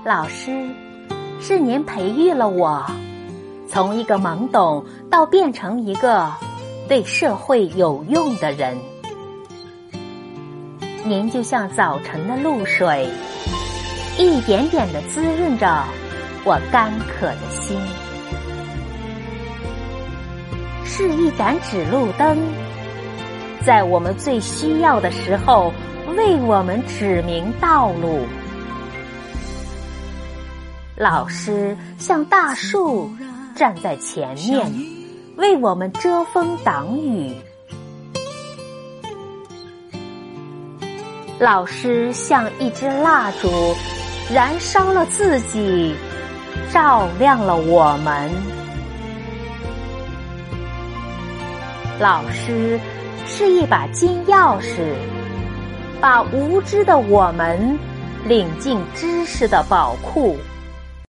老师，是您培育了我，从一个懵懂到变成一个对社会有用的人。您就像早晨的露水，一点点地滋润着我干渴的心，是一盏指路灯，在我们最需要的时候为我们指明道路。老师像大树站在前面，为我们遮风挡雨。老师像一支蜡烛，燃烧了自己，照亮了我们。老师是一把金钥匙，把无知的我们领进知识的宝库。